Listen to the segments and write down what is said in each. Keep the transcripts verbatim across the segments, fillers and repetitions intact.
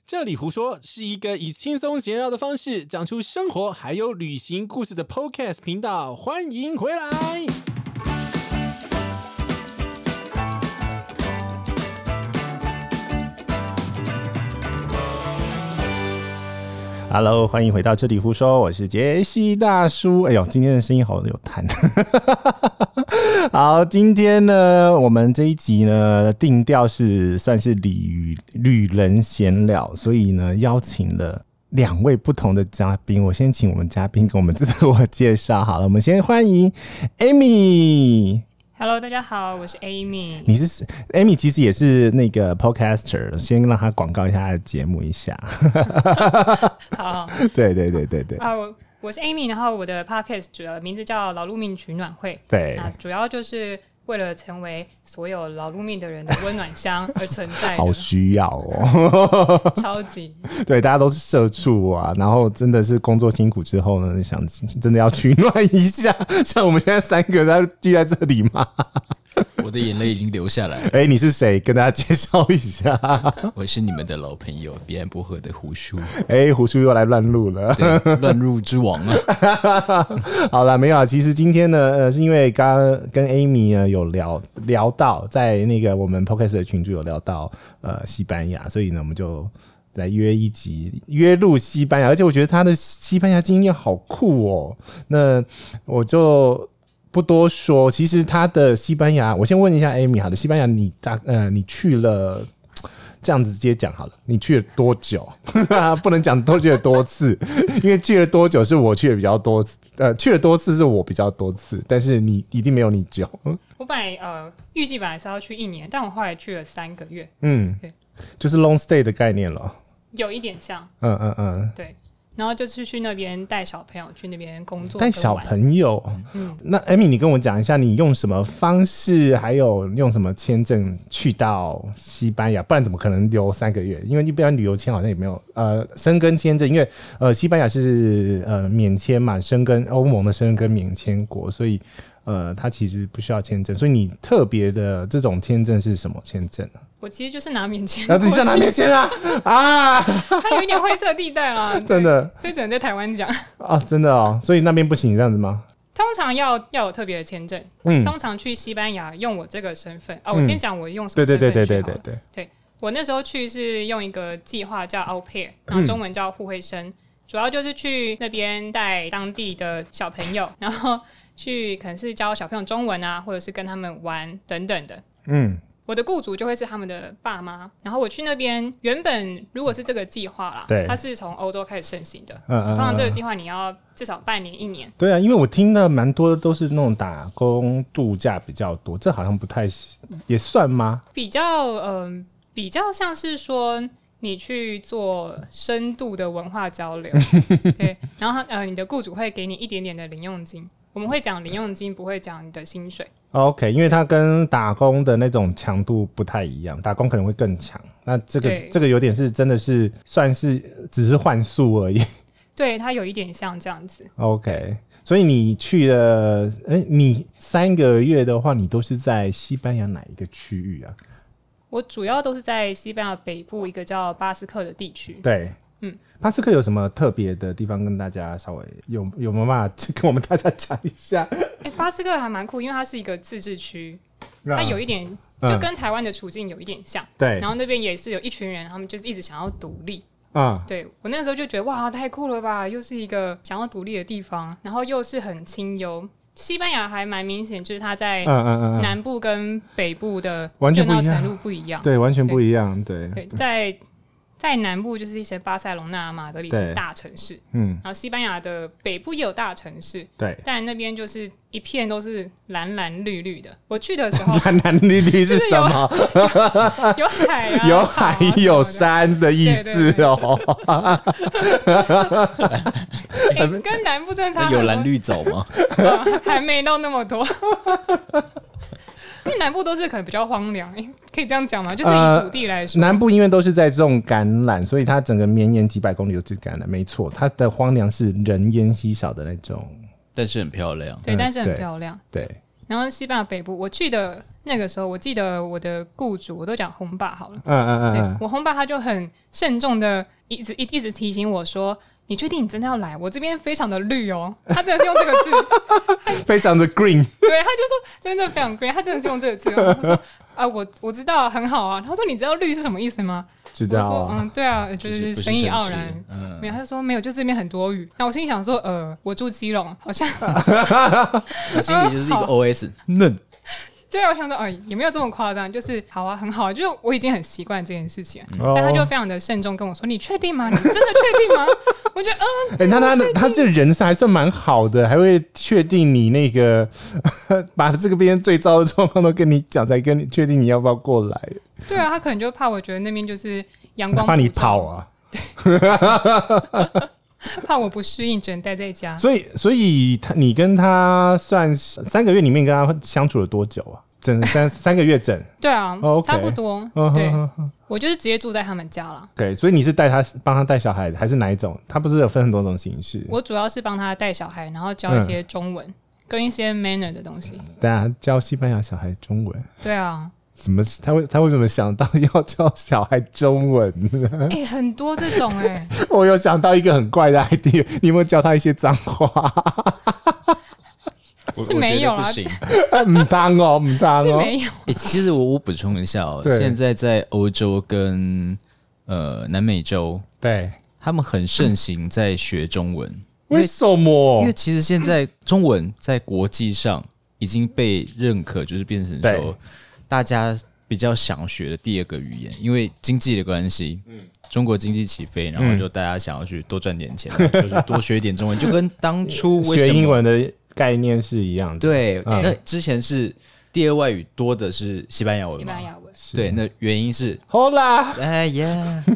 这里胡说是一个以轻松闲聊的方式讲出生活还有旅行故事的 Podcast 频道，欢迎回来。Hello， 欢迎回到这里胡说，我是杰西大叔。哎呦，今天的声音好有痰。好，今天呢，我们这一集呢定调是算是旅旅人闲聊，所以呢邀请了两位不同的嘉宾。我先请我们嘉宾给我们自我介绍好了，我们先欢迎 Amy。Hello， 大家好，我是 Amy。 你是 Amy， 其实也是那个 podcaster， 先让她广告一下她的节目一下。 好， 对对对对对。 啊，我我是 Amy， 然后我的 podcast 主要名字叫劳碌命取暖会。 对， 那主要就是为了成为所有劳碌命的人的温暖箱而存在的。 好需要哦， 超级。 对，大家都是社畜啊，然后真的是工作辛苦之后呢，想真的要取暖一下。像我们现在三个在聚在这里嘛。 我的眼泪已经流下来了。 哎、欸，你是谁？跟大家介绍一下。 我是你们的老朋友彼岸薄荷的胡叔。 哎、欸，胡叔又来乱入了， 对，乱入之王啊。 好了，没有啊。其实今天呢，呃，是因为刚刚跟 Amy 呢有聊聊到，在那个我们 Podcast 的群组有聊到呃西班牙，所以呢，我们就来约一集约录西班牙，而且我觉得他的西班牙经验好酷哦。那我就不多说，其实他的西班牙，我先问一下 Amy 好的，西班牙你大呃你去了，这样子直接讲好了，你去了多久？不能讲都去了多次，因为去了多久是我去的比较多次，呃，去了多次是我比较多次，但是你一定没有你久。 我本来呃预计本来是要去一年，但我后来去了三个月。 嗯， 对， 就是 long stay 的概念了， 有一点像。 嗯嗯嗯， 对。然后就是去那边带小朋友，去那边工作。 带小朋友， 嗯， 那 Amy， 你跟我讲一下，你用什么方式，还有用什么签证去到西班牙？不然怎么可能留三个月？因为一般旅游签好像也没有，呃，申根签证，因为呃，西班牙是呃免签嘛，申根欧盟的申根免签国，所以呃，它其实不需要签证。所以你特别的这种签证是什么签证呢？ 我其实就是拿免签， 然后你在拿免签啊啊！ 它有一点灰色地带啦， 真的， 所以只能在台湾讲哦，真的哦，所以那边不行这样子吗？ 通常要要有特别的签证，嗯，通常去西班牙用我这个身份啊、嗯哦，我先讲我用什么身份去好了。对对对对对对对，我那时候去是用一个计划叫 au pair， 然后中文叫互惠生，嗯、主要就是去那边带当地的小朋友，然后去可能是教小朋友中文啊，或者是跟他们玩等等的，嗯。我的雇主就会是他们的爸妈，然后我去那边，原本如果是这个计划啦，对，它是从欧洲开始盛行的，嗯嗯嗯，通常这个计划你要至少半年一年。对啊， 因为我听的蛮多的都是那种打工度假比较多，这好像不太也算吗？ 比较嗯、呃，比较像是说你去做深度的文化交流，对，然后呃，你的雇主会给你一点点的零用金，我们会讲零用金，不会讲你的薪水。 OK， 因为它跟打工的那种强度不太一样，打工可能会更强。那这个这个有点是真的是算是只是换宿而已。 对，它有一点像这样子。 OK， 所以你去了，欸、你三个月的话，你都是在西班牙哪一个区域啊？ 我主要都是在西班牙北部一个叫巴斯克的地区。 对。嗯，巴斯克有什么特别的地方跟大家稍微有有没有办法跟我们大家讲一下？ 欸、巴斯克还蛮酷，因为它是一个自治区，它有一点就跟台湾的处境有一点像。对、嗯，然后那边也是有一群人，他们就是一直想要独立。嗯，对我那时候就觉得哇，太酷了吧！又是一个想要独立的地方，然后又是很清幽。西班牙还蛮明显，就是它在南部跟北部的热闹程度不一样， 对，完全不一样。对， 对，在。在南部就是一些巴塞隆纳、马德里就是大城市，嗯，然后西班牙的北部也有大城市，对，但那边就是一片都是蓝蓝绿绿的。我去的时候， 蓝蓝绿绿是什么？ 有, 有海啊， 有海有山的意思哦。 欸、跟南部真的差很多。 有蓝绿藻吗？ 还没到那么多。因为南部都是可能比较荒凉，可以这样讲吗？就是以土地来说、 呃，南部因为都是在种橄榄，所以它整个绵延几百公里都是橄榄，没错。它的荒凉是人烟稀少的那种， 但是很漂亮。 对，但是很漂亮。 对。 然后西班牙北部，我去的那个时候我记得我的雇主，我都讲轰爸好了， 嗯嗯嗯嗯， 我轰爸他就很慎重的一直一一直提醒我说，你确定你真的要来？我这边非常的绿哦，他真的是用这个字， 非常的 green， 对，他就说真的非常 green， 他真的是用这个字。我说啊，我我知道很好啊。他说你知道绿是什么意思吗？ 知道、啊。 我说嗯，对啊，就是生意盎然。嗯、没有，他就说没有，就这边很多雨。那我心里想说，呃，我住基隆，好像， 我心里就是一个 O S 嫩。 对啊，我想说，哦，也没有这么夸张，就是好啊，很好，就是我已经很习惯这件事情了、嗯，但他就非常的慎重跟我说：“你确定吗？你真的确定吗？”我觉得，嗯， 哎、欸，他他他这人是还算蛮好的，还会确定你那个把这个边最糟的状况都跟你讲，才跟你确定你要不要过来。 对啊，他可能就怕我觉得那边就是阳光， 怕你跑啊， 对，怕我不适应，只能待在家。 所以，所以他你跟他算三个月里面跟他相处了多久啊？整三三个月整， 对啊， oh, okay. 差不多。 Uh-huh. 对，我就是直接住在他们家了。 对，所以你是带他帮他带小孩，还是哪一种？他不是有分很多种形式？ 我主要是帮他带小孩，然后教一些中文、嗯、跟一些 manner 的东西。 对啊，教西班牙小孩中文。 对啊。 什么？他为他为什么想到要教小孩中文呢？ 哎、欸，很多这种哎、欸。 我有想到一个很怪的 idea， 你有没有教他一些脏话？ 是没有啦， 唔当哦，唔当哦， 没有。 欸、其实我我补充一下哦，现在在欧洲跟呃南美洲， 对， 他们很盛行在学中文。 为什么？ 因为其实现在中文在国际上已经被认可，就是变成说大家比较想学的第二个语言，因为经济的关系。嗯，中国经济起飞，然后就大家想要去多赚点钱，嗯、就是多学一点中文，就跟当初为什么学英文的概念是一样的。 对，嗯、那之前是第二外语多的是西班牙文嘛？ 西班牙文。 对，那原因是好啦， 哎呀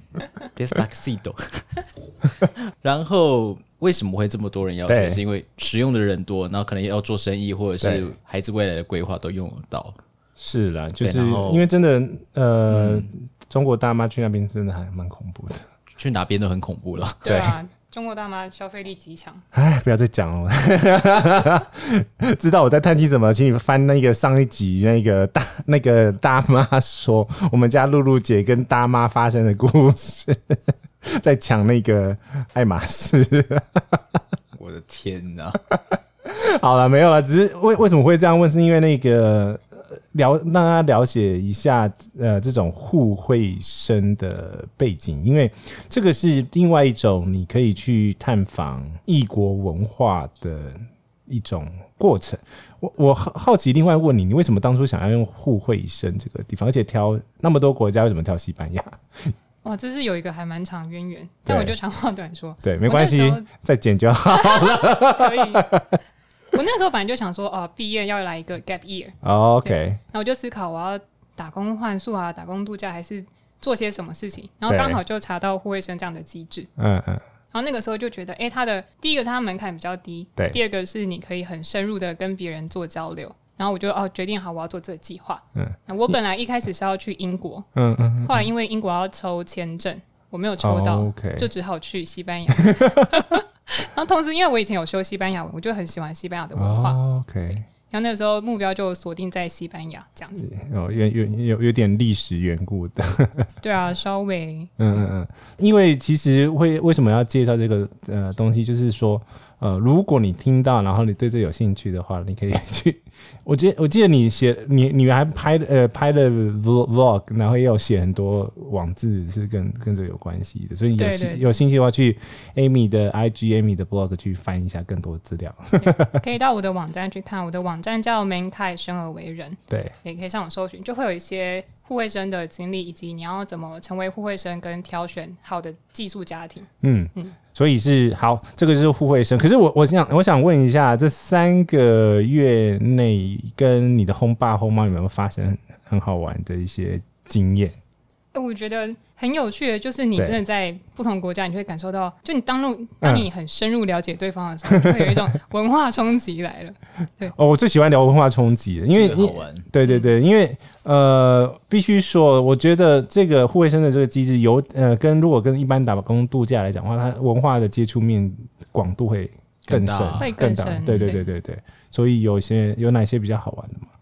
，Despacito。然后为什么会这么多人要学？是因为使用的人多，然后可能也要做生意，或者是孩子未来的规划都用得到。 是啦，就是因为真的，呃、嗯，中国大妈去那边真的还蛮恐怖的， 去哪边都很恐怖了。 对啊。中国大妈消费力极强， 哎，不要再讲了。知道我在叹气什么？请你翻那个上一集那个大那个大妈说我们家露露姐跟大妈发生的故事，在抢那个爱马仕。 我的天哪！ 好了，没有了，只是为为什么会这样问？是因为那个。了让他了解一下呃这种互惠生的背景，因为这个是另外一种你可以去探访异国文化的一种过程。我我好奇，另外问你，你为什么当初想要用互惠生这个地方，而且挑那么多国家，为什么挑西班牙？ 哇，这是有一个还蛮长渊源，但我就长话短说。 对，没关系，再剪就好了。 可以。我那时候本来就想说，哦，毕业要来一个 gap year。Oh, OK。 然后我就思考，我要打工换宿啊，打工度假，还是做些什么事情？然后刚好就查到互惠生这样的机制。嗯嗯。然后那个时候就觉得，哎、欸，它的第一个是它门槛比较低，对。第二个是你可以很深入的跟别人做交流。然后我就哦决定好我要做这个计划。嗯。那我本来一开始是要去英国，嗯嗯。后来因为英国要抽签证，我没有抽到， oh, okay. 就只好去西班牙。然后同时，因为我以前有修西班牙文，我就很喜欢西班牙的文化。 Oh, OK。 然后那个时候目标就锁定在西班牙这样子。 有有有有点历史缘故的。 对啊，稍微。 嗯嗯嗯。因为其实会为什么要介绍这个呃东西，就是说呃，如果你听到，然后你对这有兴趣的话，你可以去。我记得我记得你写你你还拍呃拍了 vlog， 然后也有写很多网志是跟跟这有关系的，所以有对对对有兴趣的话，去 Amy 的 I G、Amy 的 blog 去翻一下更多资料。 可以到我的网站去看，我的网站叫 Mankind 生而为人， 对， 也可以上网搜寻，就会有一些互惠生的经历，以及你要怎么成为互惠生，跟挑选好的寄宿家庭。嗯嗯。 所以是好，这个是互惠生。可是我我想我想问一下，这三个月内跟你的轰爸轰妈有没有发生很好玩的一些经验？ 我觉得很有趣的，就是你真的在不同国家，你会感受到，就你当入当你很深入了解对方的时候，嗯、会有一种文化冲击来了。对， 哦，我最喜欢聊文化冲击了，因为、 这个、好玩。 对对对，因为呃，必须说，我觉得这个互惠生的这个机制有呃，跟如果跟一般打工度假来讲的话，它文化的接触面广度会更深， 会更深。 对对对对对，所以有些有哪些比较好玩的吗？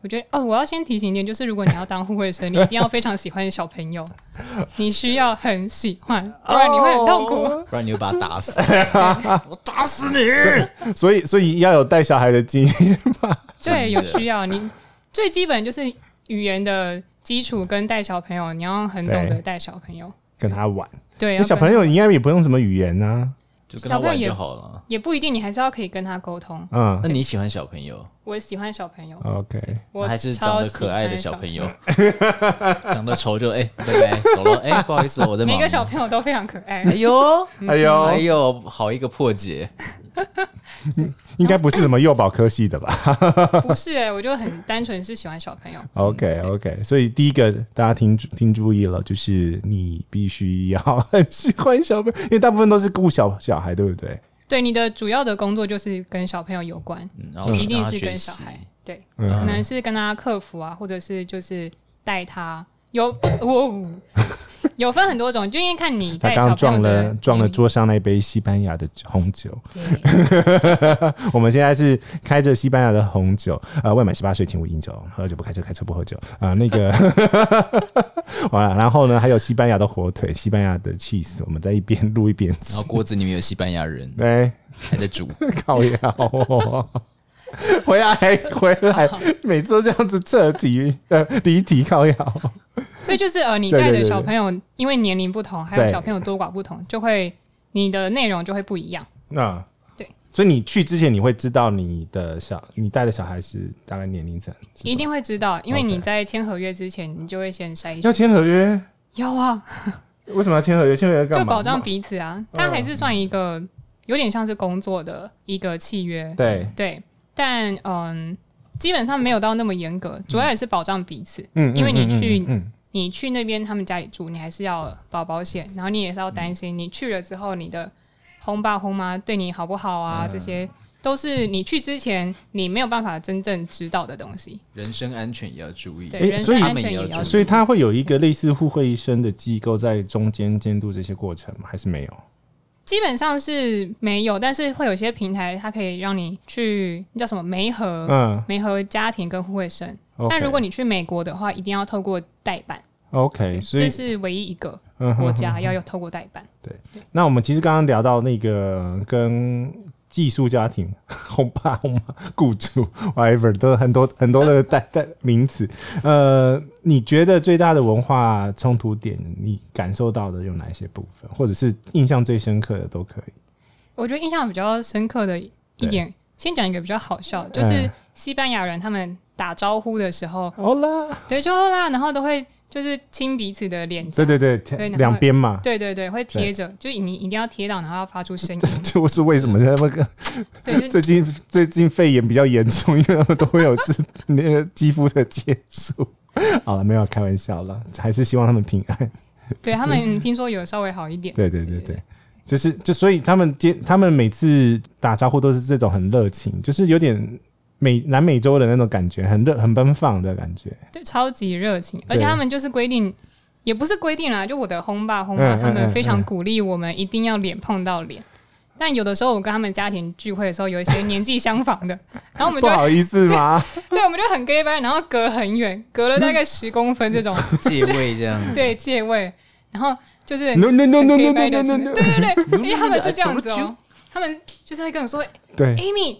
我觉得哦，我要先提醒一点，就是如果你要当护卫生，你一定要非常喜欢小朋友，你需要很喜欢，不然你会很痛苦， 不然你会把他打死。我打死你！ 所以，所以要有带小孩的经验嘛？ 对，有需要。你最基本就是语言的基础跟带小朋友，你要很懂得带小朋友， 跟他玩。 对， 小朋友应该也不用什么语言啊。 就跟他玩就好了， 也不一定，你还是要可以跟他沟通。 嗯， 那你喜欢小朋友？ 我喜欢小朋友。 OK， 我还是长得可爱的小朋友，长得丑就哎，拜拜，走了。哎，不好意思，我在忙。 每个小朋友都非常可爱。 哎呦， 哎呦， 哎呦，好一个破解。 应该不是什么幼保科系的吧？ 不是哎、欸，我就很单纯是喜欢小朋友。 OK OK， 所以第一个大家听听注意了，就是你必须要很喜欢小朋友，因为大部分都是顾小小孩，对不对？ 对，你的主要的工作就是跟小朋友有关，嗯、然后一定是跟小孩，对，嗯、可能是跟他克服啊，或者是就是带他有我。有分很多种，就因为看你带小朋友的。他刚刚撞了撞了桌上那杯西班牙的红酒。我们现在是开着西班牙的红酒，呃，未满十八岁请勿饮酒，喝酒不开车，开车不喝酒啊、呃。那个，完了，然后呢，还有西班牙的火腿，西班牙的 cheese， 我们在一边录一边吃。 然后锅子里面有西班牙人， 对， 还在煮， 靠腰、哦。回来回来，每次都这样子彻底呃离题靠腰。 所以就是呃，你带的小朋友因为年龄不同，还有小朋友多寡不同，就会你的内容就会不一样。 那对， 所以你去之前你会知道你的小你带的小孩是大概年龄层， 一定会知道，因为你在签合约之前，你就会先筛选。 要签合约？ 要啊。 为什么要签合约？签合约干嘛？ 就保障彼此啊，它还是算一个有点像是工作的一个契约。 对对。但嗯，基本上没有到那么严格，主要也是保障彼此。 嗯， 因为你去、嗯嗯嗯、你去那边他们家里住，你还是要保保险，然后你也是要担心、嗯、你去了之后你的轰爸轰妈对你好不好啊、嗯，这些都是你去之前你没有办法真正知道的东西。 人身安全也要注意， 对，人身安全也要注意。 所以他会有一个类似互惠医生的机构在中间监督这些过程吗？还是没有？ 基本上是没有，但是会有些平台它可以让你去叫什么媒合，嗯，媒合家庭跟护卫生。Okay. 但如果你去美国的话，一定要透过代办。 OK， 所以这是唯一一个国家要有透过代办。 对，那我们其实刚刚聊到那个跟寄宿家庭、轰爸轰妈、雇主 ，whatever， 都很多很多的代代名词。呃，你觉得最大的文化冲突点，你感受到的有哪一些部分，或者是印象最深刻的都可以？ 我觉得印象比较深刻的一点，先讲一个比较好笑，就是西班牙人他们打招呼的时候， 欧拉， 对，就欧拉，然后都会。就是亲彼此的脸颊， 对对对，两边嘛， 对对对，会贴着，就你一定要贴到，然后要发出声音。这就是为什么那个最近最近肺炎比较严重，因为他们都会有那个肌肤的接触。好了，没有开玩笑了，还是希望他们平安。 对他们听说有稍微好一点。 对对对对，就是就所以他们接他们每次打招呼都是这种很热情，就是有点。美南美洲的那种感觉，很热、很奔放的感觉， 对，超级热情。而且他们就是规定，也不是规定啦，就我的轰爸轰妈、嗯，他们非常鼓励我们一定要脸碰到脸。但有的时候我跟他们家庭聚会的时候，有一些年纪相仿的，然后我们就不好意思吗？ 对，对我们就很 gay 掰，然后隔很远，隔了大概十公分这种借位这样， 对，借位，然后就是 no no no no no no no no， 对对对，因为他们是这样子哦，他们就是会跟我说， 对 ，Amy。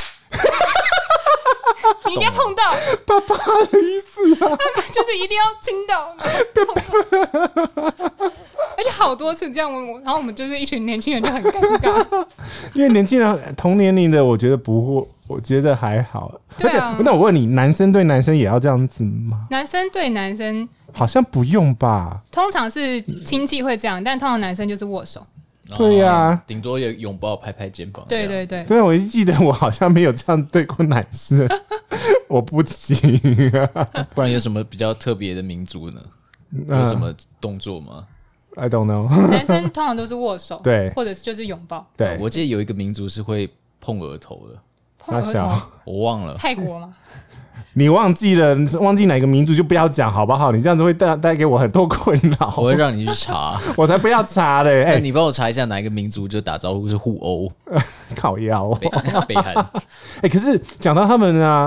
你一定要碰到爸爸的意思啊， 就是一定要亲到，而且好多次这样，然后我们就是一群年轻人就很尴尬， 因为年轻人同年龄的，我觉得不会，我觉得还好。 对啊， 而且那我问你，男生对男生也要这样子吗？ 男生对男生好像不用吧？ 通常是亲戚会这样，但通常男生就是握手。 对呀、啊， 顶多有拥抱、拍拍肩膀。 对对对， 对，我记得我好像没有这样对过男生，我不行、啊。 不然有什么比较特别的民族呢？有什么动作吗、 uh, ？I don't know。 男生通常都是握手， 对， 或者是就是拥抱。 对， 我记得有一个民族是会碰额头的， 碰额头， 我忘了， 泰国吗？ 你忘记了，忘记哪个民族就不要讲好不好？你这样子会带带给我很多困扰。 我会让你去查， 我才不要查嘞！哎、 欸，你帮我查一下哪一个民族就打招呼是互殴， 靠腰、哦， 北韩。 哎、欸，可是讲到他们啊，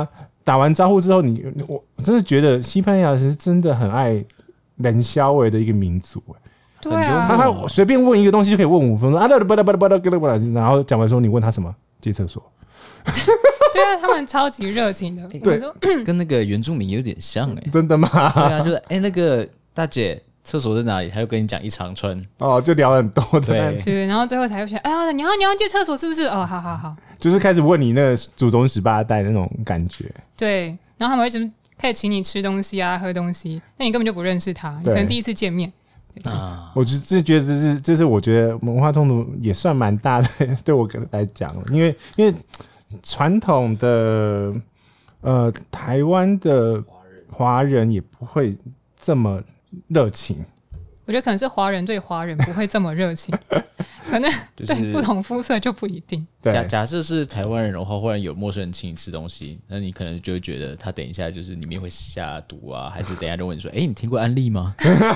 打完招呼之后，你我真的觉得西班牙人是真的很爱冷消维的一个民族。 对啊， 他他随便问一个东西就可以问五分钟啊，然后讲完说你问他什么？借厕所。 对啊，他们超级热情的。 对， 跟那个原住民有点像哎、欸。 真的吗？ 对啊，就是哎、欸，那个大姐厕所在哪里？他就跟你讲一长串。 哦，就聊很多的。 对对，然后最后才会说，哎呀，你要你要借厕所是不是？哦，好好好。 就是开始问你那个祖宗十八代那种感觉。 对，然后他们会一直开始请你吃东西啊、喝东西，那你根本就不认识他，你可能第一次见面。 啊， 我就觉得这是这是我觉得文化冲突也算蛮大的，对我来讲，因为因为传统的呃台湾的华人也不会这么热情。 我觉得可能是华人对华人不会这么热情，可能对不同肤色就不一定。 假假设是台湾人的话，忽然有陌生人请你吃东西，那你可能就会觉得他等一下就是里面会下毒啊，还是等一下就问你说：“哎、欸，你听过安利吗？”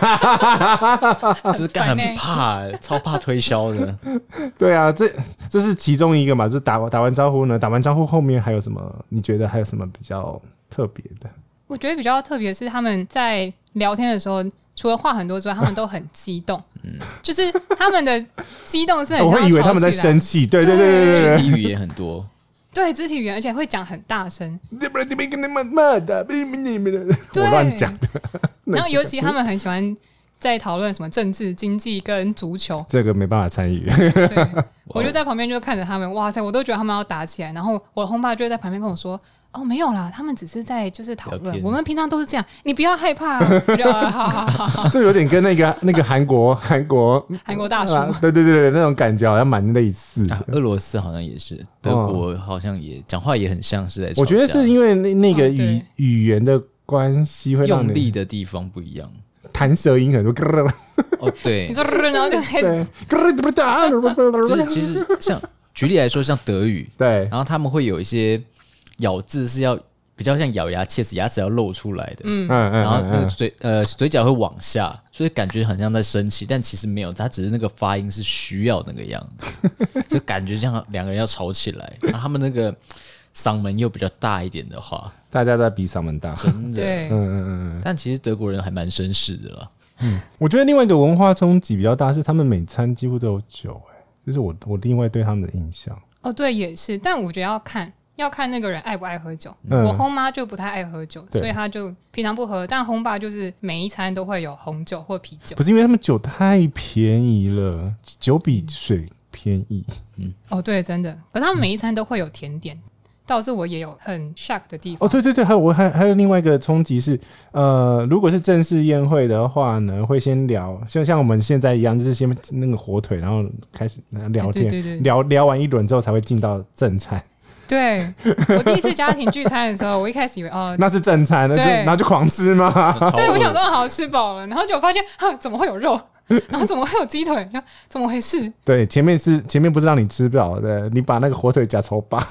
就是干很怕，超怕推销的。 对啊，这这是其中一个嘛，就是打打完招呼呢，打完招呼后面还有什么？你觉得还有什么比较特别的？ 我觉得比较特别是他们在聊天的时候。除了话很多之外，他们都很激动，嗯、就是他们的激动是很像， 我会以为他们在生气，对对对对对， 肢体语言很多， 对肢体语言，而且会讲很大声， 我乱讲的。 然后尤其他们很喜欢在讨论什么政治、经济跟足球， 这个没办法参与。 对，我就在旁边就看着他们，哇塞，我都觉得他们要打起来，然后我的轰爸就在旁边跟我说。哦，没有啦，他们只是在就是讨论，我们平常都是这样，你不要害怕、啊。我就啊、好好好， 这有点跟那个那个韩国韩国韩国大叔、 啊，对对对对，那种感觉好像蛮类似的、 啊。俄罗斯好像也是，德国好像也讲、哦、话也很像是在吵架。 我觉得是因为那那个语、哦、语言的关系会让用力的地方不一样， 弹舌音很多。 哦，对， 然后就开始， 就是其实像举例来说，像德语， 对， 然后他们会有一些。咬字是要比较像咬牙切齿，牙齿要露出来的，嗯，然后那个嘴呃嘴角会往下，所以感觉很像在生气，但其实没有，他只是那个发音是需要那个样子，就感觉像两个人要吵起来，然后他们那个嗓门又比较大一点的话， 大家都在比嗓门大， 真的， 对， 嗯嗯嗯， 但其实德国人还蛮绅士的啦。 嗯，我觉得另外一个文化冲击比较大是他们每餐几乎都有酒、欸，这是我我另外对他们的印象。 哦，对，也是，但我觉得要看。要看那个人爱不爱喝酒，嗯、我轰妈就不太爱喝酒，所以他就平常不喝。但轰爸就是每一餐都会有红酒或啤酒。 不是因为他们酒太便宜了，酒比水便宜。 嗯，哦，对，真的。可是他们每一餐都会有甜点，倒是我也有很 shock 的地方。 哦，对对对，还有我还还有另外一个冲击是，呃，如果是正式宴会的话呢，会先聊，就像我们现在一样，就是先那个火腿，然后开始聊天， 对对对对聊聊完一轮之后才会进到正餐。 对，我第一次家庭聚餐的时候，我一开始以为哦那是正餐，那就然后就狂吃吗？ 对，我想说好吃饱了，然后就发现怎么会有肉，然后怎么会有鸡腿，怎么回事？ 对，前面是前面不是让你吃饱的，你把那个火腿夹丑把。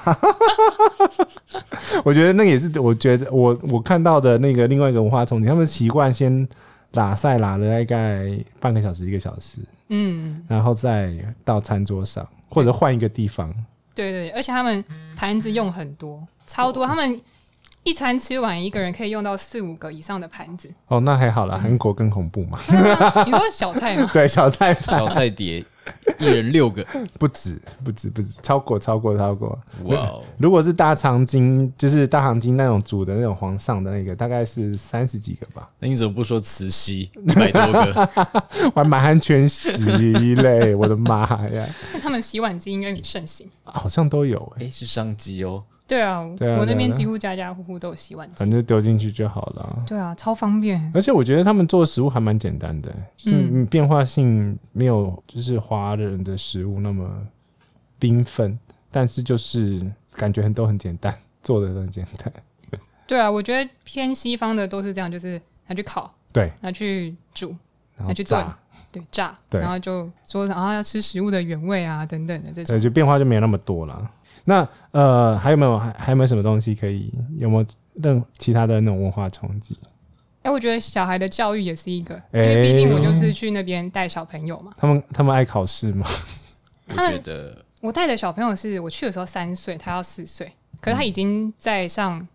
我觉得那个也是，我觉得我我看到的那个另外一个文化冲击，他们习惯先拉赛拉了大概半个小时一个小时，嗯，然后再到餐桌上或者换一个地方。 对对，而且他们盘子用很多，超多。他们一餐吃完，一个人可以用到四五个以上的盘子。 哦，那还好啦，韩国更恐怖嘛。 你说小菜吗？ 对，小菜饭， 小菜碟，一人六个， 不止，不止，不止，超过，超过，超过。 哇哦！ 如果是大长今，就是大长今那种煮的那种皇上的那个，大概是三十几个吧。 那你怎么不说慈禧一百多个？ 我还满汉全席嘞，我的妈呀！ 他们洗碗机应该很盛行， 好像都有哎、 欸，是商机哦。 对啊， 对啊， 我那边几乎家家户户都有洗碗机， 反正丢进去就好了。 对啊，超方便。 而且我觉得他们做的食物还蛮简单的，就是变化性没有就是华人的食物那么缤纷，但是就是感觉很都很简单，做的都很简单。 对啊，我觉得偏西方的都是这样，就是拿去烤， 对， 拿去煮， 拿去炖，对，炸， 对， 然后就说然后要吃食物的原味啊等等的这种， 对，就变化就没有那么多了。那呃，还有没有还还有没有什么东西可以？有没有任其他的那种文化冲击？ 哎、欸，我觉得小孩的教育也是一个，因为毕竟我就是去那边带小朋友嘛。 他们他们爱考试吗？ 他们我带的小朋友是我去的时候三岁，他要四岁，可是他已经在上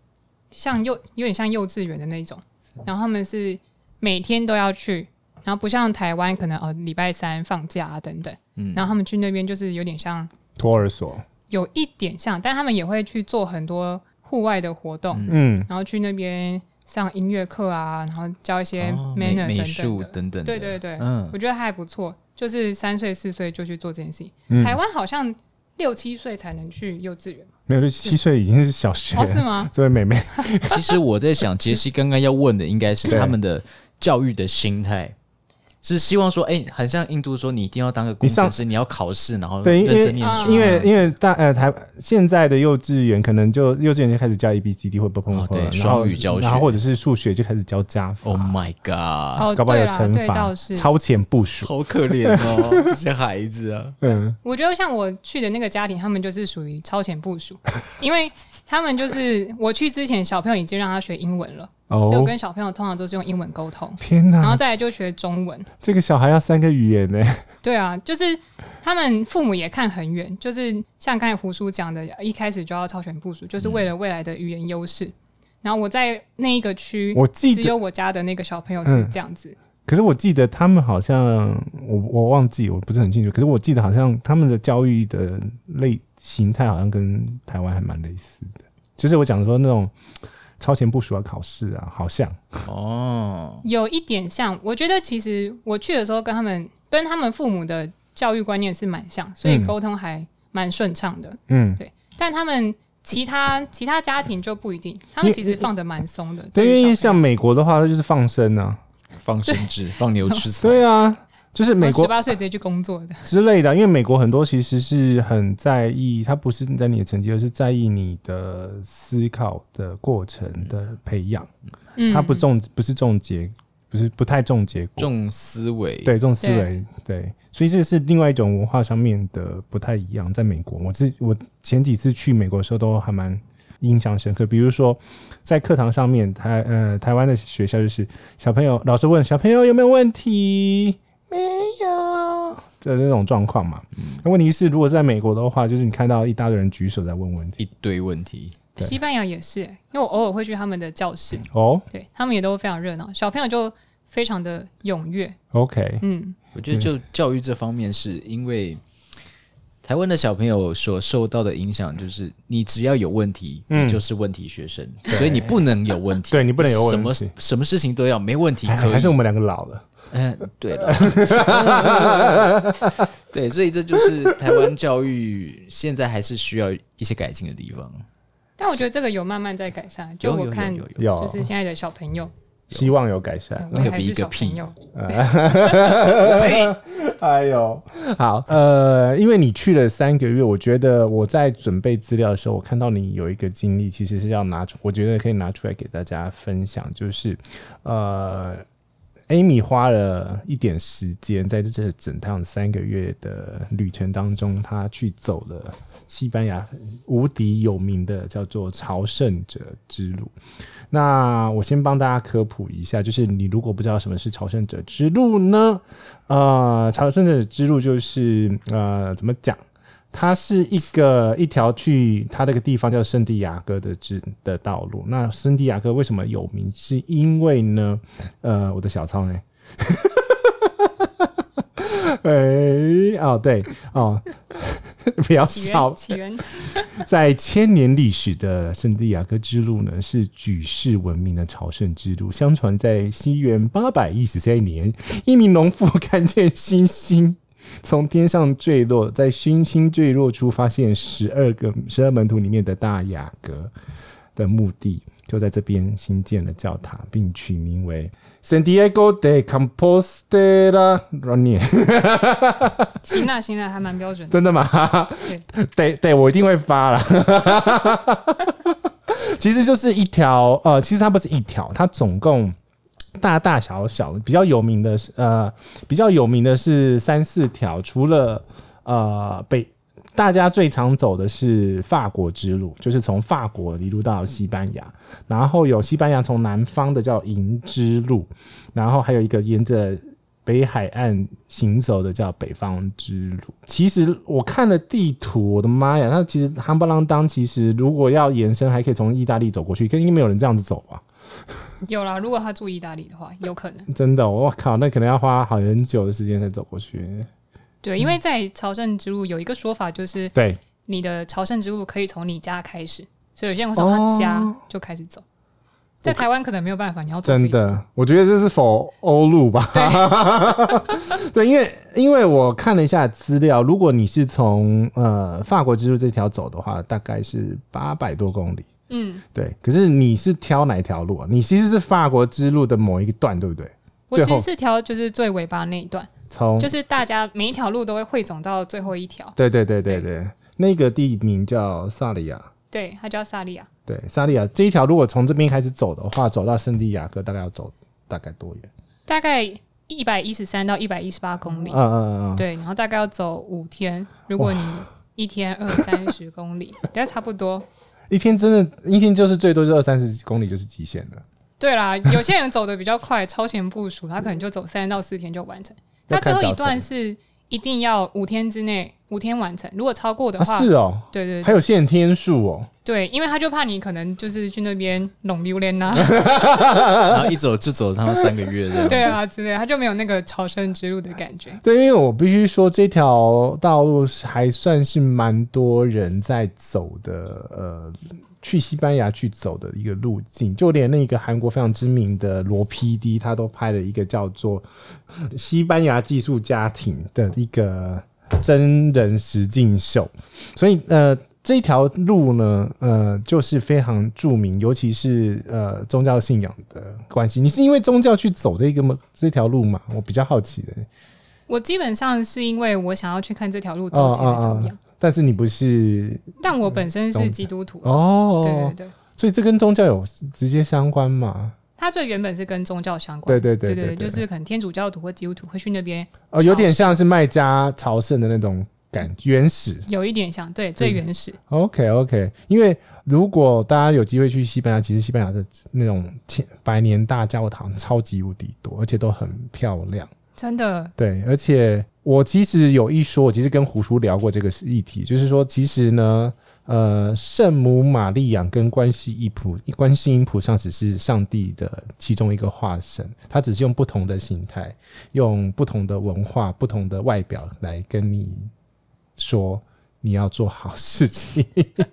像幼有点像幼稚园的那种，然后他们是每天都要去，然后不像台湾可能哦礼拜三放假啊等等，嗯，然后他们去那边就是有点像托儿所， 有一点像，但他们也会去做很多户外的活动， 嗯， 然后去那边上音乐课啊，然后教一些 manner 美等术等等等， 对对对， 嗯， 我觉得还不错，就是三岁四岁就去做这件事情。 嗯、 台湾好像六七岁才能去幼稚园， 没有，六七岁已经是小学了， 哦，是吗？ 这位妹妹， 其实我在想，杰西刚刚要问的应该是他们的教育的心态。是希望说，哎、欸，很像印度说，你一定要当个工程师，你, 你要考试，然后认真念书。 因为因为大呃台现在的幼稚园可能就幼稚园就开始教 A B C D 或 b p m p， 对，双语教学， 然后或者是数学就开始教加法。 Oh my god！ 哦， 搞不好有乘法，超前部署， 好可怜哦，这些孩子啊。 嗯，我觉得像我去的那个家庭，他们就是属于超前部署，因为他们就是我去之前，小朋友已经让他学英文了。 哦、 所以我跟小朋友通常都是用英文沟通， 天哪！ 然后再来就学中文。 这个小孩要三个语言呢？ 对啊，就是他们父母也看很远，就是像刚才胡叔讲的，一开始就要超前部署，就是为了未来的语言优势。然后我在那一个区， 我记得只有我家的那个小朋友是这样子。嗯、 可是我记得他们好像，我我忘记，我不是很清楚。可是我记得好像他们的教育的类形态好像跟台湾还蛮类似的，就是我讲说那种。超前部署的考试啊，好像哦， 有一点像。我觉得其实我去的时候跟他们跟他们父母的教育观念是蛮像，所以沟通还蛮顺畅的。嗯，对。但他们其他其他家庭就不一定，他们其实放得蛮松的。 对，因为像美国的话，它就是放生啊， 放生制，放牛吃草。 对啊。就是美国十八岁直接去工作的之类的，因为美国很多其实是很在意，他不是在你的成绩，而是在意你的思考的过程的培养。嗯，他不重不是重结，不是不太重结果， 重思维。 对，重思维。对，所以这是另外一种文化上面的不太一样。在美国，我自我前几次去美国的时候都还蛮印象深刻。比如说在课堂上面，台呃台湾的学校就是小朋友老师问小朋友有没有问题。没有的那种状况嘛。那、嗯、问题是，如果在美国的话，就是你看到一大堆人举手在问问题， 一堆问题。 西班牙也是，因为我偶尔会去他们的教室， 哦， 对他们也都非常热闹，小朋友就非常的踊跃。 OK， 嗯， 我觉得就教育这方面，是因为台湾的小朋友所受到的影响，就是你只要有问题，嗯、你就是问题学生，所以你不能有问题， 对你不能有问题，什么什么事情都要没问题可以。 还是我们两个老了。 嗯，对了，对，所以这就是台湾教育现在还是需要一些改进的地方。 但我觉得这个有慢慢在改善，就我看有， 就是现在的小朋友， 希望有改善。 我还是小朋友。 哎呦，好，呃，因为你去了三个月，我觉得我在准备资料的时候，我看到你有一个经历，其实是要拿出，我觉得可以拿出来给大家分享，就是呃。Amy 花了一点时间，在这整趟三个月的旅程当中，她去走了西班牙无敌有名的叫做朝圣者之路。那我先帮大家科普一下，就是你如果不知道什么是朝圣者之路呢？呃，朝圣者之路就是呃，怎么讲？它是一个一条去它那个地方叫圣地亚哥的之的道路。那圣地亚哥为什么有名？是因为呢，呃，我的小抄呢？哎，哦，对，哦，不要笑。 起源， 在千年历史的圣地亚哥之路呢，是举世闻名的朝圣之路。相传在西元八百一十三年，一名农妇看见星星从天上坠落，在星星坠落处发现十二个十二门徒里面的大雅各的墓地，就在这边新建了教堂，并取名为 Santiago de Compostela。乱念， 行啦行啦，还蛮标准的。 真的吗？对对对，我一定会发啦。其实就是一条，呃，其实它不是一条，它总共。大大小小比较有名的是呃比较有名的是三四条，除了呃北大家最常走的是法国之路，就是从法国一路到西班牙，然后有西班牙从南方的叫银之路，然后还有一个沿着北海岸行走的叫北方之路。其实我看了地图，我的妈呀，它其实夯不啷当，其实如果要延伸，还可以从意大利走过去，可应该没有人这样子走吧？ 有啦，如果他住意大利的话，有可能。 真的，我靠，那可能要花很久的时间才走过去。 对，因为在朝圣之路有一个说法，就是对你的朝圣之路可以从你家开始，所以有些人会从他家就开始走。哦，在台湾可能没有办法，你要坐飞机。 真的，我觉得这是否欧陆吧？对, 对，因为因为我看了一下资料，如果你是从呃法国之路这条走的话，大概是八百多公里。嗯，对。可是你是挑哪一条路啊？你其实是法国之路的某一个段，对不对？ 我其实是挑就是最尾巴那一段，从就是大家每一条路都会汇总到最后一条。 对对对对 对, 对，那个地名叫萨利亚。 对，它叫萨利亚。 对，萨利亚这一条如果从这边开始走的话，走到圣地亚哥大概要走大概多远？ 大概一百一十三到一百一十八公里。嗯嗯嗯。对，然后大概要走五天。如果你一天二三十公里，大概差不多。 一天真的，一天就是最多就二三十公里就是极限了。 对啦，有些人走的比较快，超前部署，他可能就走三到四天就完成。他最后一段是一定要五天之内。五天完成，如果超过的话， 啊、是哦， 对 对, 对， 还有限天数哦。 对，因为他就怕你可能就是去那边弄榴莲呐， 然后一走就走他们三个月这样。 对啊，之类，他就没有那个朝圣之路的感觉。 对，因为我必须说，这条道路还算是蛮多人在走的，呃。去西班牙去走的一个路径，就连那个韩国非常知名的罗 P D 他都拍了一个叫做西班牙寄宿家庭的一个真人实境秀，所以呃这条路呢呃就是非常著名，尤其是呃宗教信仰的关系。你是因为宗教去走这个这条路吗？我比较好奇的。 我基本上是因为我想要去看这条路走起来怎么样。哦哦哦， 但是你不是， 但我本身是基督徒哦， 对对对， 所以这跟宗教有直接相关吗？ 它最原本是跟宗教相关， 对对 对, 对, 对, 对, 对，就是可能天主教徒或基督徒会去那边， 哦，有点像是麦加朝圣的那种感，原始， 有一点像，对，最原始。 OK OK， 因为如果大家有机会去西班牙，其实西班牙的那种百年大教堂超级无敌多，而且都很漂亮， 真的。对， 而且。我其实有一说，我其实跟胡叔聊过这个议题，就是说，其实呢，呃，圣母玛利亚跟观世音菩观世音菩萨只是上帝的其中一个化身，他只是用不同的形态，用不同的文化、不同的外表来跟你说你要做好事情。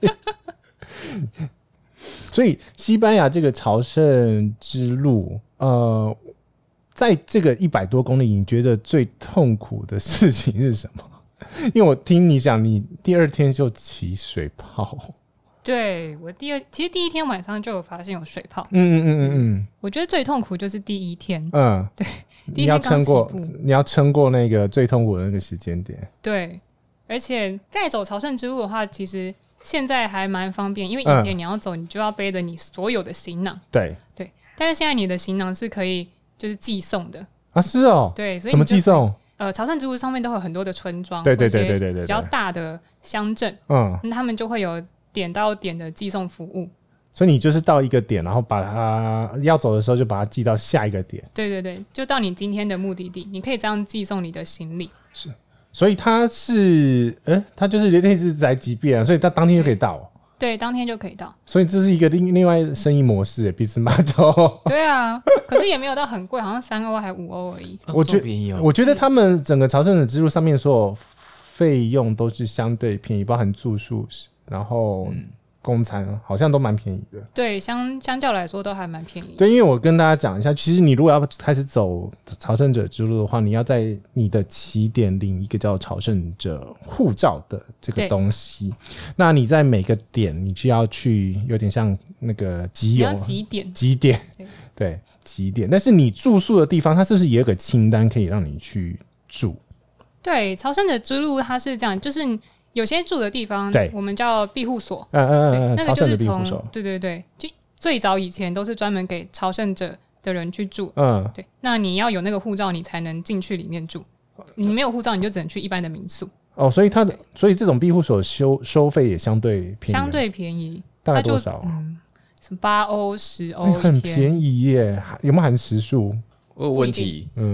所以，西班牙这个朝圣之路，呃。在这个一百多公里，你觉得最痛苦的事情是什么？因为我听你讲，你第二天就起水泡。 对，我第二，其实第一天晚上就有发现有水泡。 嗯嗯嗯嗯嗯。 我觉得最痛苦就是第一天。 嗯， 对，第一天刚起步， 你要撑过那个最痛苦的那个时间点。 对，而且在走朝圣之路的话，其实现在还蛮方便，因为以前你要走，你就要背着你所有的行囊。 对对，但是现在你的行囊是可以。就是寄送的啊，是哦， 对，所以怎么寄送？ 呃，朝圣之路上面都会有很多的村庄， 对对对对对对， 比较大的乡镇， 嗯， 那他们就会有点到点的寄送服务。 所以你就是到一个点，然后把它要走的时候就把它寄到下一个点。 对对对，就到你今天的目的地，你可以这样寄送你的行李。 是，所以它是，呃，它就是类似宅急便啊，所以它当天就可以到。 对，当天就可以到， 所以这是一个另另外生意模式，business model。 对啊，可是也没有到很贵，好像三欧还五欧而已。 我觉得，我觉得他们整个朝圣者之路上面所有费用都是相对便宜，包含住宿，然后供餐好像都蛮便宜的。 对，相相较来说都还蛮便宜的。 对，因为我跟大家讲一下，其实你如果要开始走朝圣者之路的话，你要在你的起点领一个叫朝圣者护照的这个东西。那你在每个点，你就要去有点像那个集邮集点， 集点，对对，集点。但是你住宿的地方，它是不是也有个清单可以让你去住？ 对，朝圣者之路它是这样，就是有些住的地方，我们叫庇护所。 嗯嗯嗯， 那个就是从对对对，就最早以前都是专门给朝圣者的人去住。嗯，对。那你要有那个护照，你才能进去里面住。你没有护照，你就只能去一般的民宿。 哦，所以它的，所以这种庇护所收收费也相对便宜， 相对便宜， 大概多少？ 嗯，什么八欧、十欧， 很便宜耶。有没有含食宿？ 我有问题， 嗯，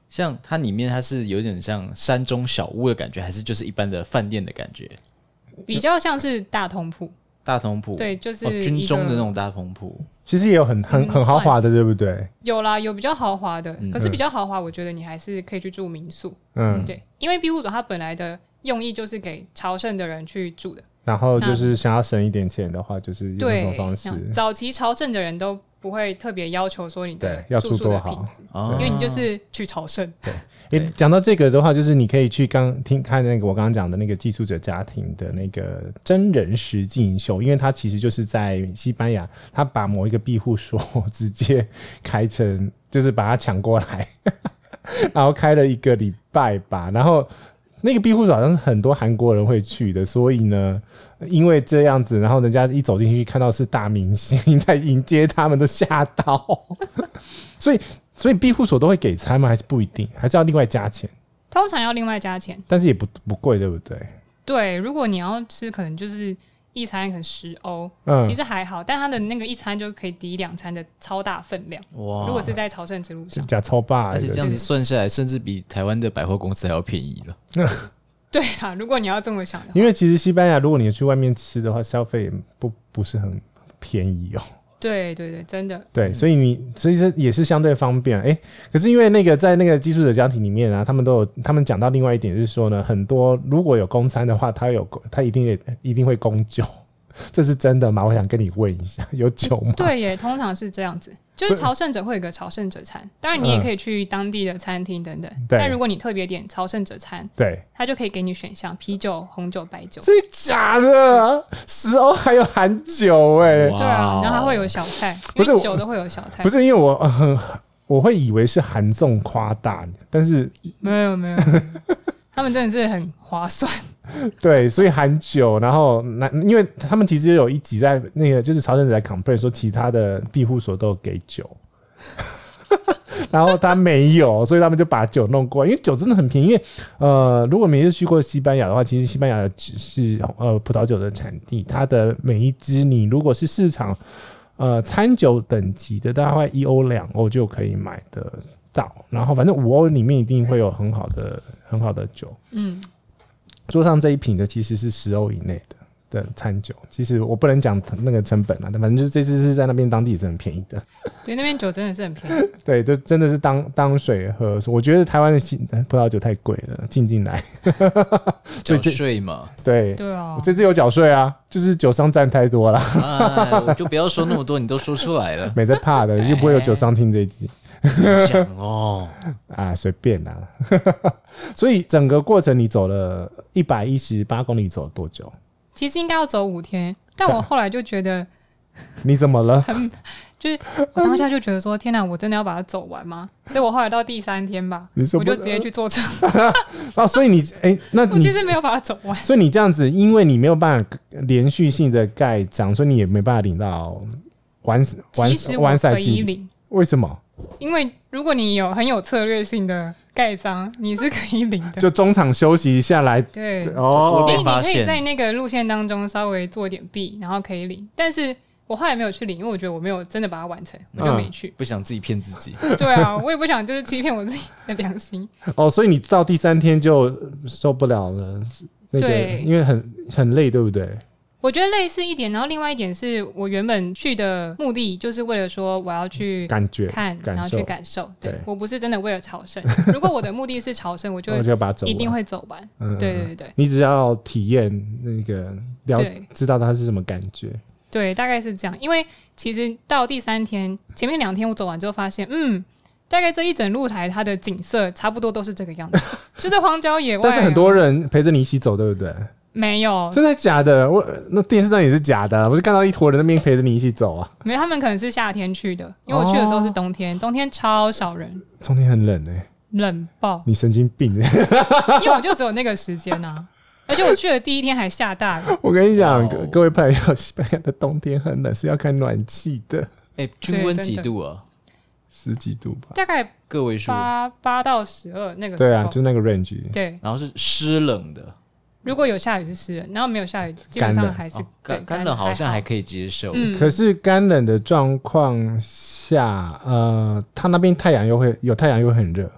像它里面它是有点像山中小屋的感觉，还是就是一般的饭店的感觉？ 比较像是大通铺。 大通铺， 对，就是、 哦、军中的那种大通铺。 其实也有很很很豪华的，对不对？ 有啦，有比较豪华的， 嗯、 可是比较豪华，我觉得你还是可以去住民宿。 嗯， 对，因为庇护所它本来的用意就是给朝圣的人去住的。 然后就是想要省一点钱的话，就是用这种方式。 早期朝圣的人都不会特别要求说你的住宿的品质， 哦、 因为你就是去朝圣。 对，诶，讲到这个的话，就是你可以去刚听看那个我刚刚讲的那个寄宿者家庭的那个真人实境秀，因为它其实就是在西班牙，他把某一个庇护所直接开成，就是把它抢过来，然后开了一个礼拜吧，然后。那个庇护所好像是很多韩国人会去的，所以呢，因为这样子，然后人家一走进去看到是大明星在迎接他们，都吓到。所以，所以庇护所都会给餐吗？还是不一定？还是要另外加钱？ 通常要另外加钱， 但是也不不贵，对不对？对， 如果你要吃，可能就是一餐可能十欧， 嗯， 其实还好，但它的那个一餐就可以抵两餐的超大分量。哇！如果是在朝圣之路上， 假超霸， 而且这样子算下来，甚至比台湾的百货公司还要便宜了。 对啦，如果你要这么想的话， 因为其实西班牙，如果你去外面吃的话，消费也不不是很便宜哦。 对对对，真的。 对，所以你所以这也是相对方便。哎，可是因为那个在那个寄宿者家庭里面啊，他们都有他们讲到另外一点，就是说呢，很多如果有供餐的话，他有他一定也一定会供酒。这是真的吗？我想跟你问一下，有酒吗？ 对耶，通常是这样子，就是朝圣者会有一个朝圣者餐，当然你也可以去当地的餐厅等等。嗯、但如果你特别点朝圣者餐， 对， 他就可以给你选项：啤酒、红酒、白酒。 真的假的？十欧还有含酒哎、欸？ 对啊，然后还会有小菜，因为酒都会有小菜。 不是因为我、呃、我会以为是含重夸大，但是没有没有，他们真的是很划算。 对，所以含酒，然后因为他们其实有一集在那个就是朝圣者在 complain 说其他的庇护所都有给酒，然后他没有，所以他们就把酒弄过来，因为酒真的很便宜。因为呃，如果没有去过西班牙的话，其实西班牙只是呃葡萄酒的产地，它的每一支你如果是市场呃餐酒等级的，大概一欧两欧就可以买得到，然后反正五欧里面一定会有很好的很好的酒，嗯。桌上这一瓶的其实是十欧以内的的餐酒，其实我不能讲那个成本啦，反正就是这次是在那边当地是很便宜的。 对，那边酒真的是很便宜。 对，就真的是当当水喝。我觉得台湾的葡萄酒太贵了，进进来。 缴税嘛？ 对对啊， 我这次有缴税啊，就是酒商占太多了。 哎，我就不要说那么多，你都说出来了， 没在怕的，又不会有酒商听这一集。 讲哦， 啊，随便啦。所以整个过程你走了一百一十八公里，走了多久？ 其实应该要走五天，但我后来就觉得， 你怎么了？ 很就是我当下就觉得说，天哪，我真的要把它走完吗？所以我后来到第三天吧，我就直接去坐车。 哦，所以你哎、欸，那你我其实没有把它走完。 所以你这样子，因为你没有办法连续性的盖章，所以你也没办法领到完完完赛季。为什么？ 因为如果你有很有策略性的盖章，你是可以领的。 就中场休息下来， 对哦， 因为你可以在那个路线当中稍微做点弊，然后可以领。但是我后来没有去领，因为我觉得我没有真的把它完成，我就没去。 嗯、不想自己骗自己。 对啊，我也不想就是欺骗我自己的良心。 哦，所以你到第三天就受不了了，那个、对，因为很很累，对不对？ 我觉得类似一点，然后另外一点是我原本去的目的就是为了说我要去感觉看， 然后去感受。对， 对我不是真的为了朝圣。如果我的目的是朝圣，我就我就把它走完， 一定会走完。嗯、对对对， 你只要体验那个了，知道它是什么感觉。 对，大概是这样。因为其实到第三天，前面两天我走完之后发现，嗯。大概这一整路台，它的景色差不多都是这个样子，就是荒郊野外、啊。 但是很多人陪着你一起走，对不对？ 没有， 真的假的？我那电视上也是假的，我就看到一坨人那边陪着你一起走啊。 没有，他们可能是夏天去的，因为我去的时候是冬天，哦、冬天超少人， 冬天很冷哎、欸， 冷爆！ 你神经病、欸！ 因为我就只有那个时间啊，而且我去的第一天还下大雨。 我跟你讲，哦、各位朋友，西班牙的冬天很冷，是要开暖气的。 哎、欸，均温几度啊？ 十几度吧， 大概个位数， 八八到十二那个时候。 对啊，就是那个 range。 对， 然后是湿冷的。 如果有下雨是湿冷，然后没有下雨，基本上还是干干冷，好像还可以接受。 嗯、可是干冷的状况下，呃，它那边太阳又会有太阳又会很热。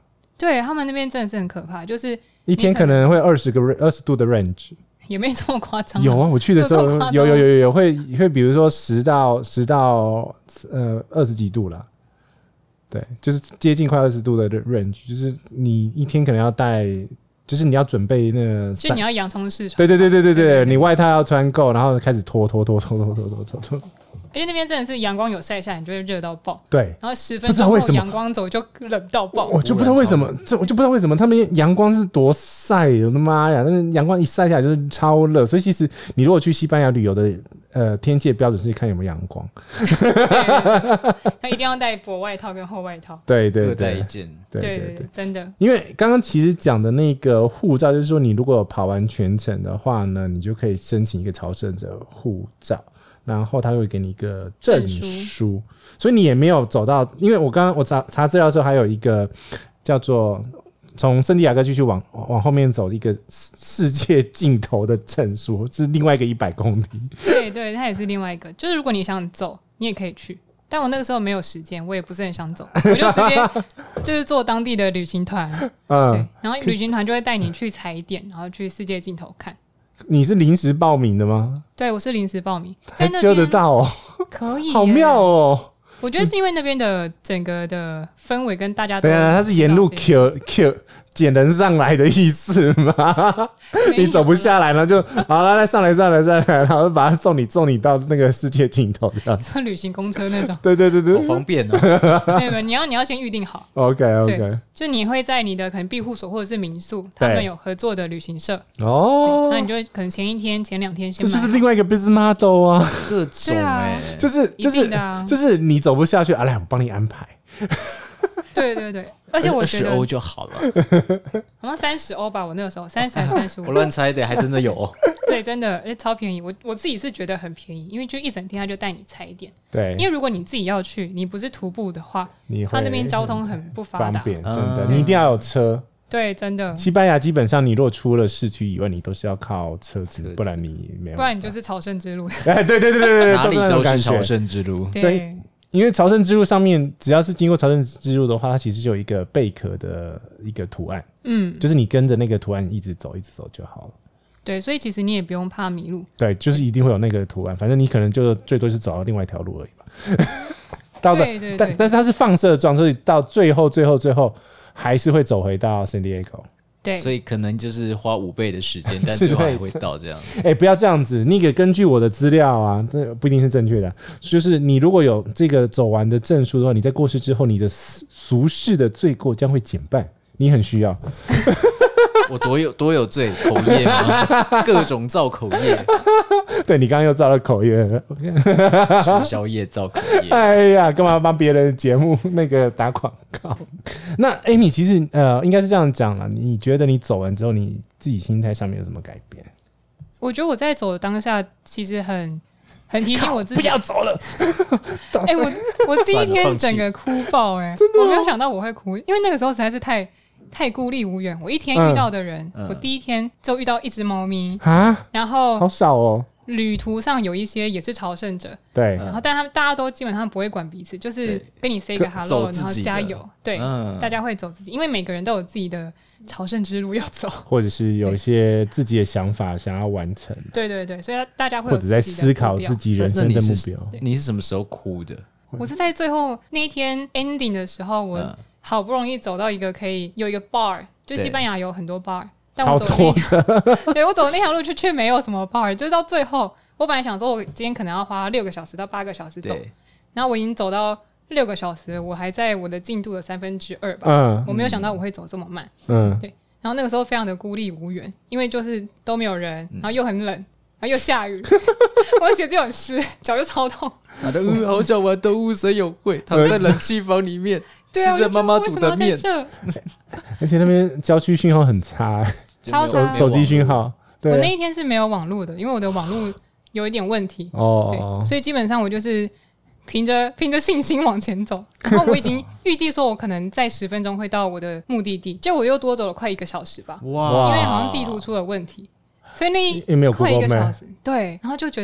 对他们那边真的是很可怕，就是一天可能会二十个二十度的 range。 也没这么夸张、啊。 有啊，我去的时候有有有有有会会，比如说十到十到呃二十几度啦，对，就是接近快二十度的 range， 就是你一天可能要带，就是你要准备那个， 就你要洋葱式穿， 对对对对对 对, 对，你外套要穿够，然后开始脱脱脱脱脱脱脱脱脱。 而且那边真的是阳光有晒下来，你就会热到爆。 对， 然后十分钟后阳光走就冷到爆。 我就不知道为什么，这我就不知道为什么他们阳光是多晒，我的妈呀！那阳光一晒下来就是超热，所以其实你如果去西班牙旅游的，呃，天气的标准是看有没有阳光。 他一定要带薄外套跟厚外套。 对对对，各带一件。 对对 对, 对，真的。 因为刚刚其实讲的那个护照，就是说你如果跑完全程的话呢，你就可以申请一个朝圣者护照。然后他会给你一个证书，所以你也没有走到，因为我刚刚我查查资料的时候，还有一个叫做从圣地亚哥继续往往后面走一个世界尽头的证书，是另外一个一百公里。 对对，它也是另外一个，就是如果你想走，你也可以去。但我那个时候没有时间，我也不是很想走，我就直接就是做当地的旅行团，嗯，对，然后旅行团就会带你去踩点，然后去世界尽头看。 你是临时报名的吗？ 对，我是临时报名， 还揪得到哦， 可以， 好妙哦！ 我觉得是因为那边的整个的氛围跟大家都对啊，他是沿路 Q Q 捡人上来的意思吗？你走不下来，然后就好了，来上来上来上来，然后把他送你送你到那个世界尽头这样子， 坐旅行公车那种。 对对对对， 好方便哦。 没有，你要你要先预定好。 OK OK， 就你会在你的可能庇护所或者是民宿，他们有合作的旅行社哦， 那你就可能前一天前两天先买。 这就是另外一个 business model 啊， 各种哎、欸， 就是就是就是你走不下去，啊来我帮你安排。 对对对，而且我觉得二十欧就好了， 好像三十欧吧，我那个时候三十还三十五， 我乱猜的，还真的有、哦。 对，真的，而且超便宜。我我自己是觉得很便宜，因为就一整天他就带你踩点。 对， 因为如果你自己要去，你不是徒步的话，他那边交通很不发达， 方便，真的，你一定要有车。 对，真的。 西班牙基本上，你如果出了市区以外，你都是要靠车子，不然你没有， 不然你就是朝圣之路。 哎，对对对对对， 哪里都是朝圣之路。 对。 因为朝圣之路上面，只要是经过朝圣之路的话，它其实就有一个贝壳的一个图案，嗯，就是你跟着那个图案一直走，一直走就好了。 对，所以其实你也不用怕迷路。 对，就是一定会有那个图案，反正你可能就最多是走到另外一条路而已吧。到的， 对对对， 但但是它是放射状，所以到最后、最后、最后还是会走回到 San Diego。 对， 所以可能就是花五倍的时间，但最后还会到这样。 哎、欸，不要这样子，那个根据我的资料啊，这不一定是正确的。就是你如果有这个走完的证书的话，你在过世之后，你的俗世的罪过将会减半，你很需要。 我多有多有罪，口业吗？各种造口业。 对，你刚刚又造了口业了， 吃宵夜造口业。 哎呀，干嘛帮别人的节目那个打广告？那 Amy 其实呃，应该是这样讲了。你觉得你走完之后，你自己心态上面有什么改变？ 我觉得我在走的当下，其实很很提醒我自己不要走了。 哎、欸，我我第一天整个哭爆、欸，哎、哦，我没有想到我会哭，因为那个时候实在是太。太孤立无援，我一天遇到的人，嗯、我第一天就遇到一只猫咪啊，然后好少哦。 旅途上有一些也是朝圣者， 对， 然后但他们大家都基本上不会管彼此，就是跟你 say 个 hello， 然后加油，对、嗯，大家会走自己，因为每个人都有自己的朝圣之路要走， 或者是有一些自己的想法想要完成， 对对对，所以大家会有或者在思考自己人生的目标。 你 是, 你是什么时候哭的？ 我是在最后那一天 ending 的时候，我。嗯好不容易走到一个可以有一个 bar， 就西班牙有很多 bar， 但我走的那对我走的那条路却却没有什么 bar， 就是到最后，我本来想说我今天可能要花六个小时到八个小时走，然后我已经走到六个小时，我还在我的进度的三分之二吧，嗯，我没有想到我会走这么慢，嗯，对，然后那个时候非常的孤立无援，因为就是都没有人，然后又很冷，然后又下雨，我的鞋子又很湿，脚又超痛。 好的，嗯，好想玩动物森友会，躺在冷气房里面。 对啊， 吃着妈妈煮的面， 而且那边郊区讯号很差， 超差， 手机讯号。 我那一天是没有网络的，因为我的网络有一点问题哦，对，所以基本上我就是凭着凭着信心往前走。然后我已经预计说，我可能在十分钟会到我的目的地，结果我又多走了快一个小时吧。哇！因为好像地图出了问题，所以那一快一个小时，对，然后就觉得。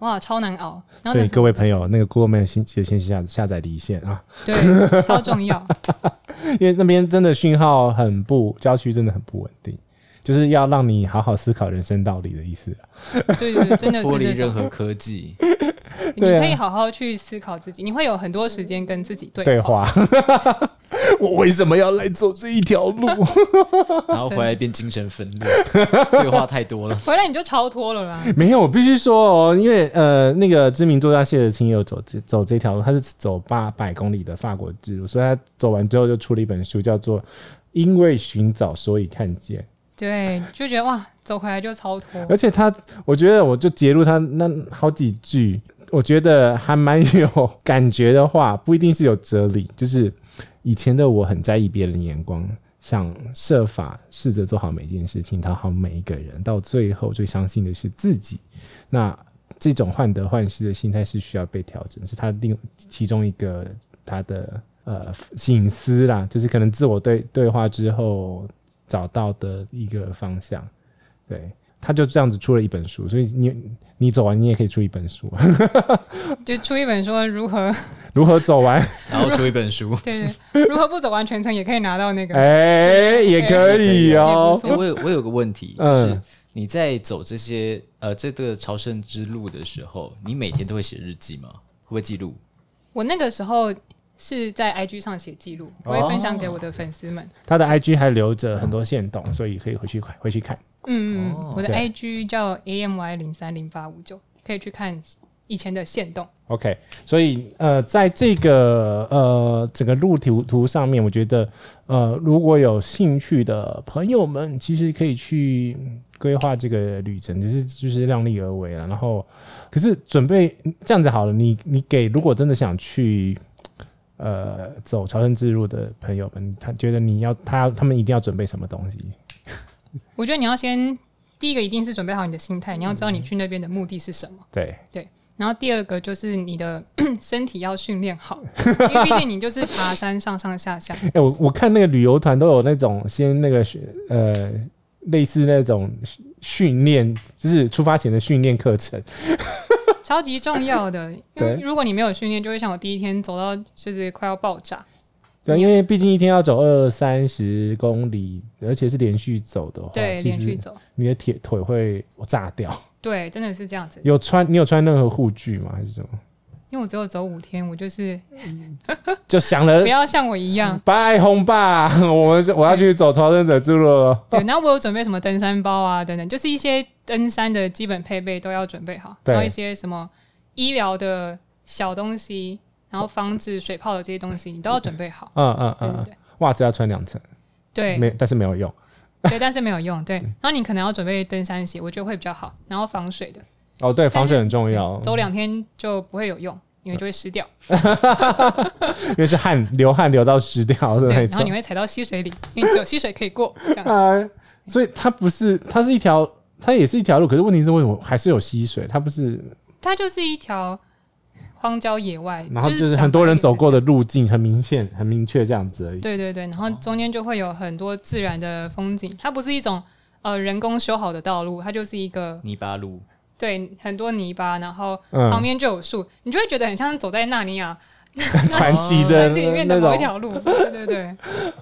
哇，超难熬。 所以各位朋友，那个 Google Map 记得先下下载离线啊， 对，超重要。 因为那边真的讯号很不，郊区真的很不稳定，就是要让你好好思考人生道理的意思。 对对，真的是脱离任何科技。 你可以好好去思考自己，你会有很多时间跟自己对话。 对话我为什么要来走这一条路？ 然后回来变精神分裂，对话太多了。 回来你就超脱了啦。 没有，我必须说哦，因为呃，那个知名作家谢德清也有走走这条路，他是走八百公里的法国之路，所以他走完之后就出了一本书，叫做《因为寻找，所以看见》。 对，就觉得哇，走回来就超脱。 而且他，我觉得我就截录他那好几句，我觉得还蛮有感觉的话，不一定是有哲理，就是以前的我很在意别人的眼光，想设法试着做好每件事情，讨好每一个人，到最后最相信的是自己。那这种患得患失的心态是需要被调整，是他另其中一个他的呃省思啦，就是可能自我对对话之后找到的一个方向。对，他就这样子出了一本书，所以你你走完你也可以出一本书， 就出一本说如何如何走完， 然后出一本书， 对对，如何不走完全程也可以拿到那个， 哎、欸，也可以哦。 欸、我有我有个问题，就是你在走这些呃这个朝圣之路的时候，你每天都会写日记吗？会不会记录？ 我那个时候是在 I G 上写记录，我会分享给我的粉丝们。 他的 I G 还留着很多限动，所以可以回去回去看。 嗯嗯，哦、我的 I G 叫 A M Y 零三零八五九，可以去看以前的限动。 OK， 所以呃，在这个呃整个路途图上面，我觉得呃，如果有兴趣的朋友们，其实可以去规划这个旅程，只是就是量力而为了。然后，可是准备这样子好了，你你给如果真的想去呃走朝圣之路的朋友们，他觉得你要他他们一定要准备什么东西？ 我觉得你要先第一个一定是准备好你的心态，你要知道你去那边的目的是什么。 对对。然后第二个就是你的身体要训练好，因为毕竟你就是爬山上上下下。 欸、我我看那个旅游团都有那种先那个呃类似那种训练，就是出发前的训练课程， 超级重要的。因为如果你没有训练，就会像我第一天走到就是快要爆炸。 对，因为毕竟一天要走二三十公里，而且是连续走的话， 对，连续走， 你的铁腿会炸掉。 对，真的是这样子。 有穿你有穿任何护具吗？还是什么？ 因为我只有走五天，我就是就想了， 不要像我一样， 拜红吧，我们我要去走朝圣者之路了。 对，然后我有准备什么登山包啊等等，就是一些登山的基本配备都要准备好，然后一些什么医疗的小东西。然后防止水泡的这些东西，你都要准备好。 嗯嗯嗯，对对对，袜子要穿两层。 对， 没，但是没有用。 对，但是没有用。对，然后你可能要准备登山鞋，我觉得会比较好。然后防水的。 哦，对，防水很重要。 走两天就不会有用，因为就会湿掉。 因为是汗，流汗流到湿掉，对。 然后你会踩到溪水里，因为只有溪水可以过。这样。 呃，所以它不是，它是一条，它也是一条路，可是问题是为什么还是有溪水？它不是？ 它就是一条。荒郊野外， 然后就是很多人走过的路径，很明显、很明确这样子而已。 对对对，然后中间就会有很多自然的风景，它不是一种呃人工修好的道路，它就是一个泥巴路。对， 很多泥巴，然后旁边就有树、嗯，你就会觉得很像走在纳尼亚传奇的里面的某一条路。对对对。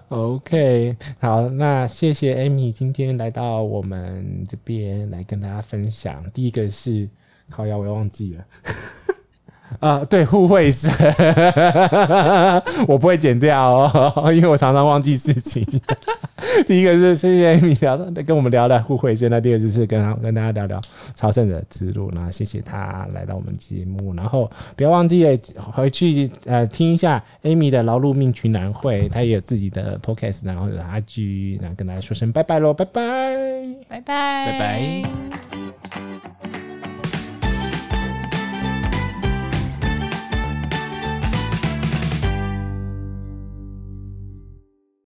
OK， 好，那谢谢 Amy 今天来到我们这边来跟大家分享。第一个是靠腰，我又忘记了。啊、呃，对，互惠生，我不会剪掉哦，因为我常常忘记事情。第一个是谢谢 Amy 聊跟我们聊聊互惠生，那第二个就是跟跟大家聊聊朝圣者之路，然后谢谢他来到我们节目，然后不要忘记回去呃听一下 Amy 的劳碌命群男会，他也有自己的 podcast， 然后有 I G， 然后跟大家说声拜拜咯，拜拜， 拜拜， 拜拜。